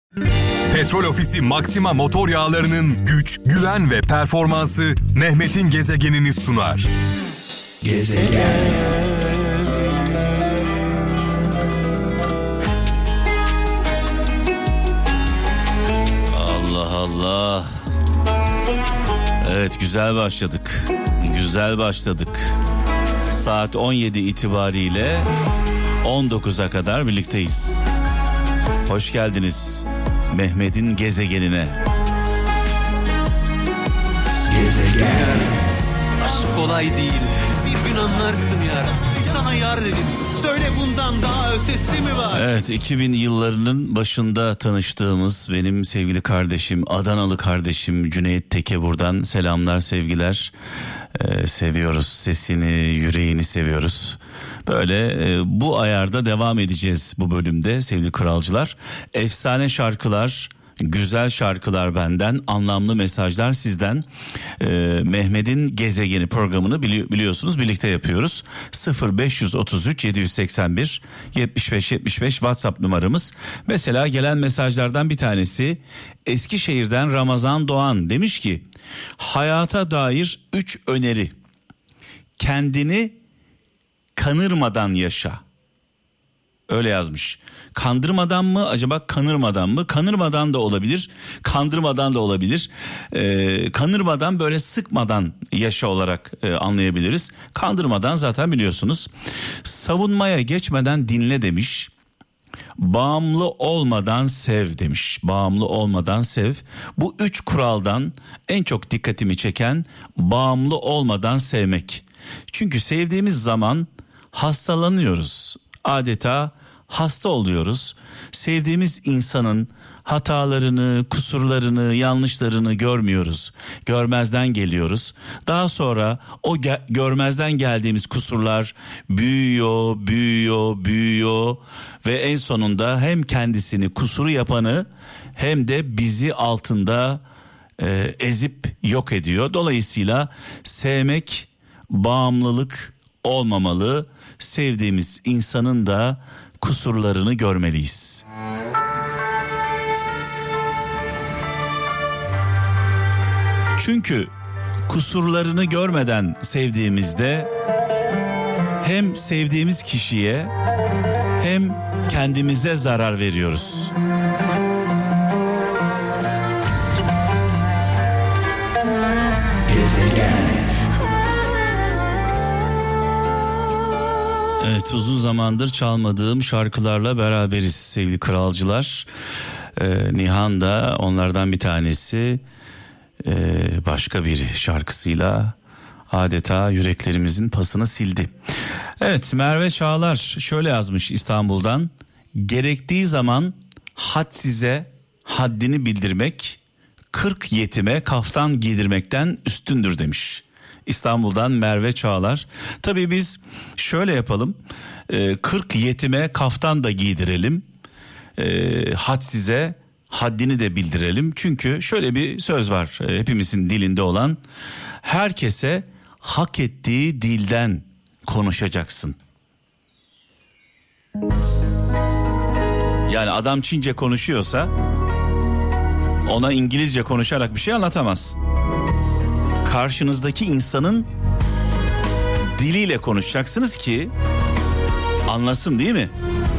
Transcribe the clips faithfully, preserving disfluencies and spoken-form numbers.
Petrol Ofisi Maxima motor yağlarının güç, güven ve performansı Mehmet'in gezegenini sunar. Gezegen. Allah Allah. Evet, güzel başladık. Güzel başladık. Saat on yedi itibariyle on dokuza kadar birlikteyiz. Hoş geldiniz Mehmet'in gezegenine. Gezegen. Aşk kolay değil. Bir gün anlarsın ya. Sana yar dedim. Söyle bundan daha ötesi mi var? Evet, iki bin yıllarının başında tanıştığımız benim sevgili kardeşim, Adanalı kardeşim Cüneyt Teke, buradan selamlar, sevgiler. Ee, seviyoruz sesini, yüreğini seviyoruz. Böyle e, bu ayarda devam edeceğiz bu bölümde sevgili kralcılar. Efsane şarkılar, güzel şarkılar benden, anlamlı mesajlar sizden. Ee, Mehmet'in Gezegeni programını bili- biliyorsunuz birlikte yapıyoruz. sıfır beş otuz üç yedi yüz seksen bir yetmiş beş yetmiş beş WhatsApp numaramız. Mesela gelen mesajlardan bir tanesi Eskişehir'den Ramazan Doğan demiş ki, hayata dair üç öneri. Kendini kanırmadan yaşa. Öyle yazmış. Kandırmadan mı acaba, kanırmadan mı? Kanırmadan da olabilir, kandırmadan da olabilir. Ee, kanırmadan, böyle sıkmadan yaşa olarak e, anlayabiliriz. Kandırmadan zaten biliyorsunuz. Savunmaya geçmeden dinle demiş. Bağımlı olmadan sev demiş. Bağımlı olmadan sev. Bu üç kuraldan en çok dikkatimi çeken bağımlı olmadan sevmek. Çünkü sevdiğimiz zaman hastalanıyoruz. Adeta hasta oluyoruz. Sevdiğimiz insanın hatalarını, kusurlarını, yanlışlarını görmüyoruz. Görmezden geliyoruz. Daha sonra o ge- görmezden geldiğimiz kusurlar büyüyor, büyüyor, büyüyor ve en sonunda hem kendisini kusuru yapanı hem de bizi altında e, ezip yok ediyor. Dolayısıyla sevmek bağımlılık olmamalı. Sevdiğimiz insanın da kusurlarını görmeliyiz. Çünkü kusurlarını görmeden sevdiğimizde hem sevdiğimiz kişiye hem kendimize zarar veriyoruz. Gezegen. Evet, uzun zamandır çalmadığım şarkılarla beraberiz sevgili kralcılar. Ee, Nihan da onlardan bir tanesi. Ee, başka bir şarkısıyla adeta yüreklerimizin pasını sildi. Evet, Merve Çağlar şöyle yazmış İstanbul'dan. Gerektiği zaman had size haddini bildirmek, kırk yetime kaftan giydirmekten üstündür demiş. İstanbul'dan Merve Çağlar. Tabii biz şöyle yapalım. kırk yetime kaftan da giydirelim. E, had size haddini de bildirelim. Çünkü şöyle bir söz var hepimizin dilinde olan. Herkese hak ettiği dilden konuşacaksın. Yani adam Çince konuşuyorsa ona İngilizce konuşarak bir şey anlatamazsın. Karşınızdaki insanın diliyle konuşacaksınız ki anlasın, değil mi?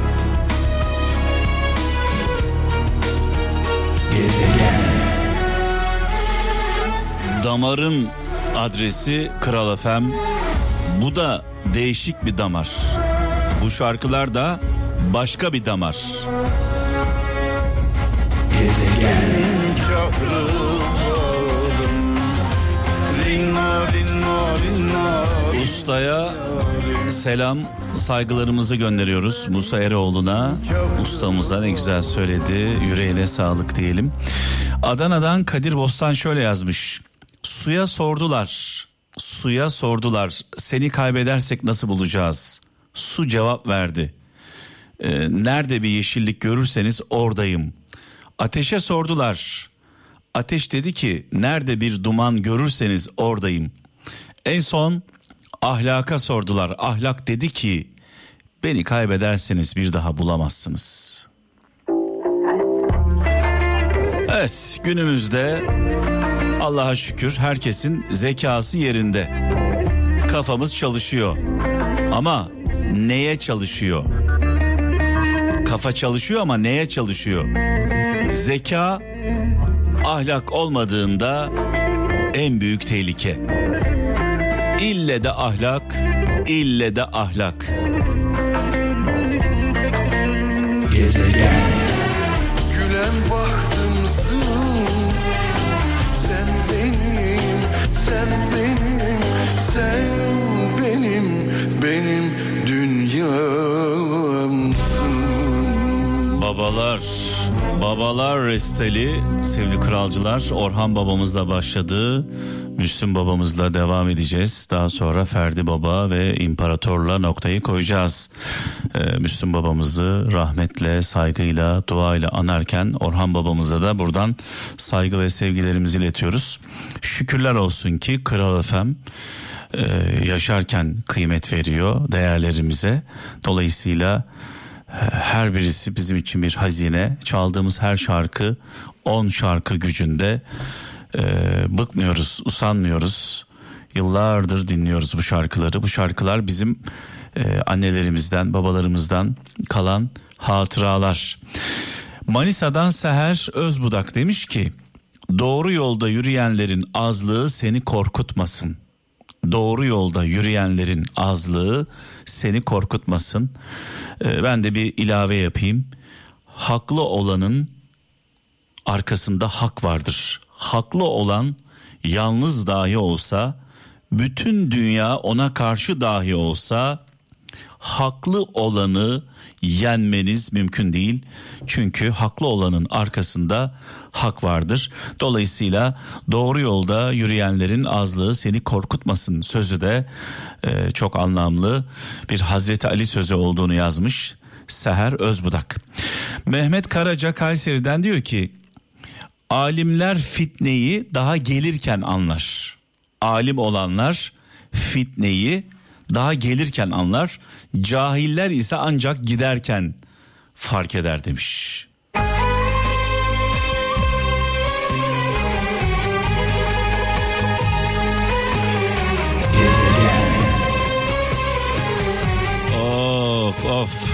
Gezegen. Damarın adresi Kral F M. Bu da değişik bir damar. Bu şarkılar da başka bir damar. Gezegen. Ustaya selam, saygılarımızı gönderiyoruz Musa Eroğlu'na. Ustamıza ne güzel söyledi, yüreğine sağlık diyelim. Adana'dan Kadir Bostan şöyle yazmış. Suya sordular, suya sordular, seni kaybedersek nasıl bulacağız? Su cevap verdi. Ee, nerede bir yeşillik görürseniz oradayım. Ateşe sordular. Ateş dedi ki nerede bir duman görürseniz oradayım. En son ahlaka sordular. Ahlak dedi ki beni kaybederseniz bir daha bulamazsınız. Evet, günümüzde Allah'a şükür herkesin zekası yerinde. Kafamız çalışıyor. Ama neye çalışıyor? Kafa çalışıyor ama neye çalışıyor? Zeka, ahlak olmadığında en büyük tehlike. İlle de ahlak, ille de ahlak. Gezegen. Gülen bahtımsın. Sen benim, sen benim, sen benim, benim dünyamsın. Babalar, babalar resteli sevgili kralcılar, Orhan babamızla başladı. Müslüm babamızla devam edeceğiz. Daha sonra Ferdi Baba ve İmparator'la noktayı koyacağız. Ee, Müslüm babamızı rahmetle, saygıyla, duayla anarken Orhan babamıza da buradan saygı ve sevgilerimizi iletiyoruz. Şükürler olsun ki Kral F M e, yaşarken kıymet veriyor değerlerimize. Dolayısıyla her birisi bizim için bir hazine. Çaldığımız her şarkı on şarkı gücünde. Ee, bıkmıyoruz, usanmıyoruz. Yıllardır dinliyoruz bu şarkıları. Bu şarkılar bizim e, annelerimizden, babalarımızdan kalan hatıralar. Manisa'dan Seher Özbudak demiş ki, doğru yolda yürüyenlerin azlığı seni korkutmasın. Doğru yolda yürüyenlerin azlığı seni korkutmasın. Ee, ben de bir ilave yapayım. Haklı olanın arkasında hak vardır. Haklı olan yalnız dahi olsa, bütün dünya ona karşı dahi olsa, haklı olanı yenmeniz mümkün değil. Çünkü haklı olanın arkasında hak vardır. Dolayısıyla doğru yolda yürüyenlerin azlığı seni korkutmasın sözü de e, çok anlamlı bir Hazreti Ali sözü olduğunu yazmış Seher Özbudak. Mehmet Karaca Kayseri'den diyor ki, alimler fitneyi daha gelirken anlar. Alim olanlar fitneyi daha gelirken anlar. Cahiller ise ancak giderken fark eder demiş. Gezegen. Of of.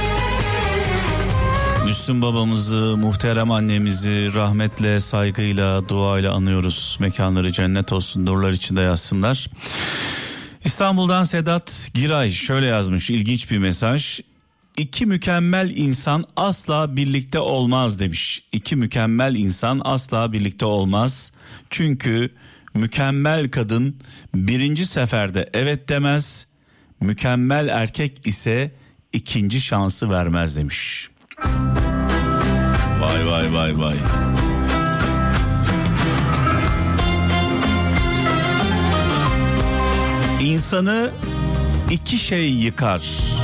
Müslüm babamızı, muhterem annemizi rahmetle, saygıyla, duayla anıyoruz. Mekanları cennet olsun, nurlar içinde yatsınlar. İstanbul'dan Sedat Giray şöyle yazmış, ilginç bir mesaj. İki mükemmel insan asla birlikte olmaz demiş. İki mükemmel insan asla birlikte olmaz. Çünkü mükemmel kadın birinci seferde evet demez. Mükemmel erkek ise ikinci şansı vermez demiş. Vay vay vay vay. İnsanı iki şey yıkar.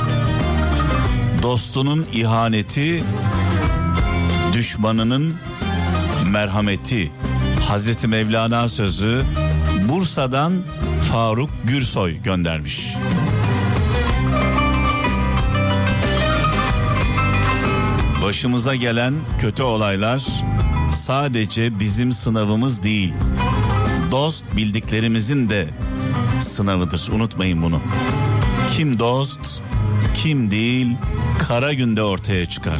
Dostunun ihaneti, düşmanının merhameti. Hazreti Mevlana sözü, Bursa'dan Faruk Gürsoy göndermiş. Başımıza gelen kötü olaylar sadece bizim sınavımız değil, dost bildiklerimizin de sınavıdır. Unutmayın bunu. Kim dost, kim değil, kara günde ortaya çıkar.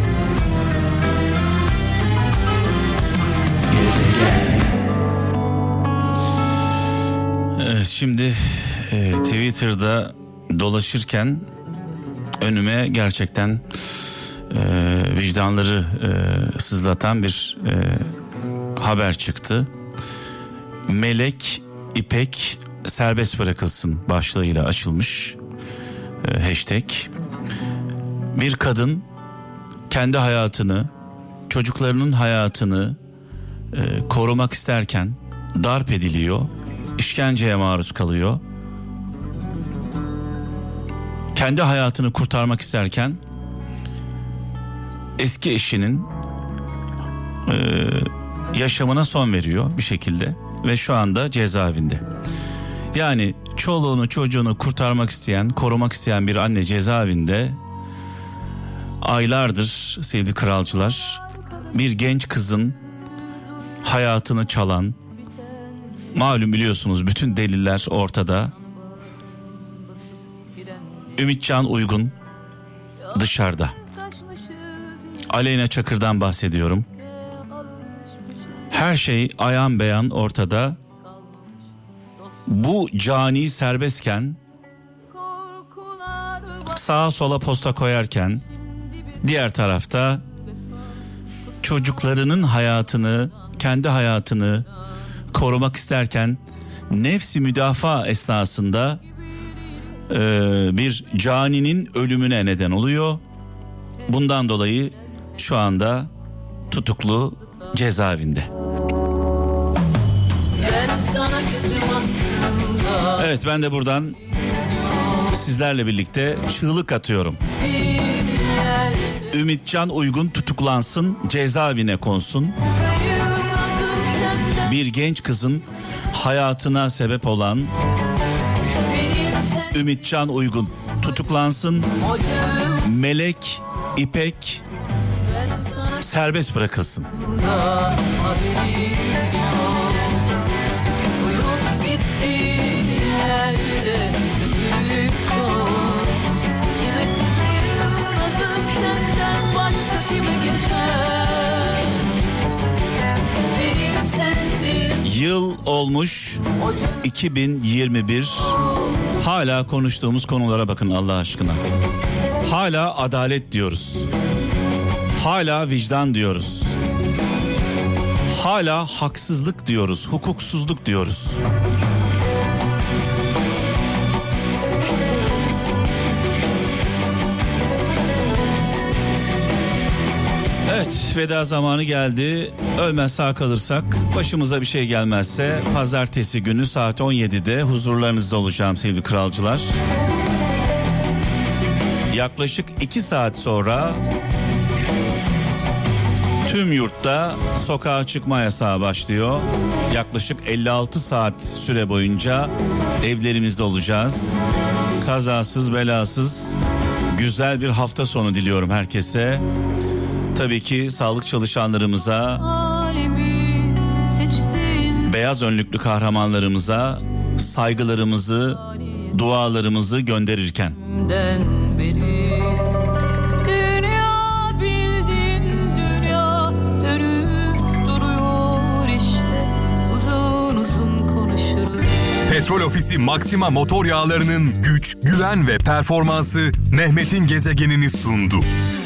Evet, şimdi e, Twitter'da dolaşırken önüme gerçekten e, vicdanları e, sızlatan bir e, haber çıktı. Melek İpek serbest bırakılsın başlığıyla açılmış e, hashtag. Bir kadın kendi hayatını, çocuklarının hayatını e, korumak isterken darp ediliyor, işkenceye maruz kalıyor. Kendi hayatını kurtarmak isterken eski eşinin e, yaşamına son veriyor bir şekilde ve şu anda cezaevinde. Yani çoluğunu çocuğunu kurtarmak isteyen, korumak isteyen bir anne cezaevinde. Aylardır sevgili kralcılar bir genç kızın hayatını çalan, malum biliyorsunuz bütün deliller ortada. Ümitcan Uygun dışarıda. Aleyna Çakır'dan bahsediyorum. Her şey ayan beyan ortada. Bu cani serbestken, sağa sola posta koyarken, diğer tarafta çocuklarının hayatını, kendi hayatını korumak isterken nefsi müdafaa esnasında e, bir caninin ölümüne neden oluyor. Bundan dolayı şu anda tutuklu, cezaevinde. Evet, ben de buradan sizlerle birlikte çığlık atıyorum. Ümitcan Uygun tutuklansın, cezaevine konsun. Bir genç kızın hayatına sebep olan Ümitcan Uygun tutuklansın. Melek İpek serbest bırakılsın. Yıl olmuş iki bin yirmi bir. Hala konuştuğumuz konulara bakın Allah aşkına. Hala adalet diyoruz. Hala vicdan diyoruz. Hala haksızlık diyoruz, hukuksuzluk diyoruz. Evet, veda zamanı geldi. Ölmez sağ kalırsak, başımıza bir şey gelmezse pazartesi günü saat on yedide huzurlarınızda olacağım sevgili kralcılar. Yaklaşık iki saat sonra tüm yurtta sokağa çıkma yasağı başlıyor. Yaklaşık elli altı saat süre boyunca evlerimizde olacağız. Kazasız belasız güzel bir hafta sonu diliyorum herkese. Tabii ki sağlık çalışanlarımıza, beyaz önlüklü kahramanlarımıza saygılarımızı, dualarımızı gönderirken. Dünya bildin, dünya dönüp duruyor işte, uzun uzun konuşuruz. Petrol Ofisi Maxima motor yağlarının güç, güven ve performansı Mehmet'in gezegenini sundu.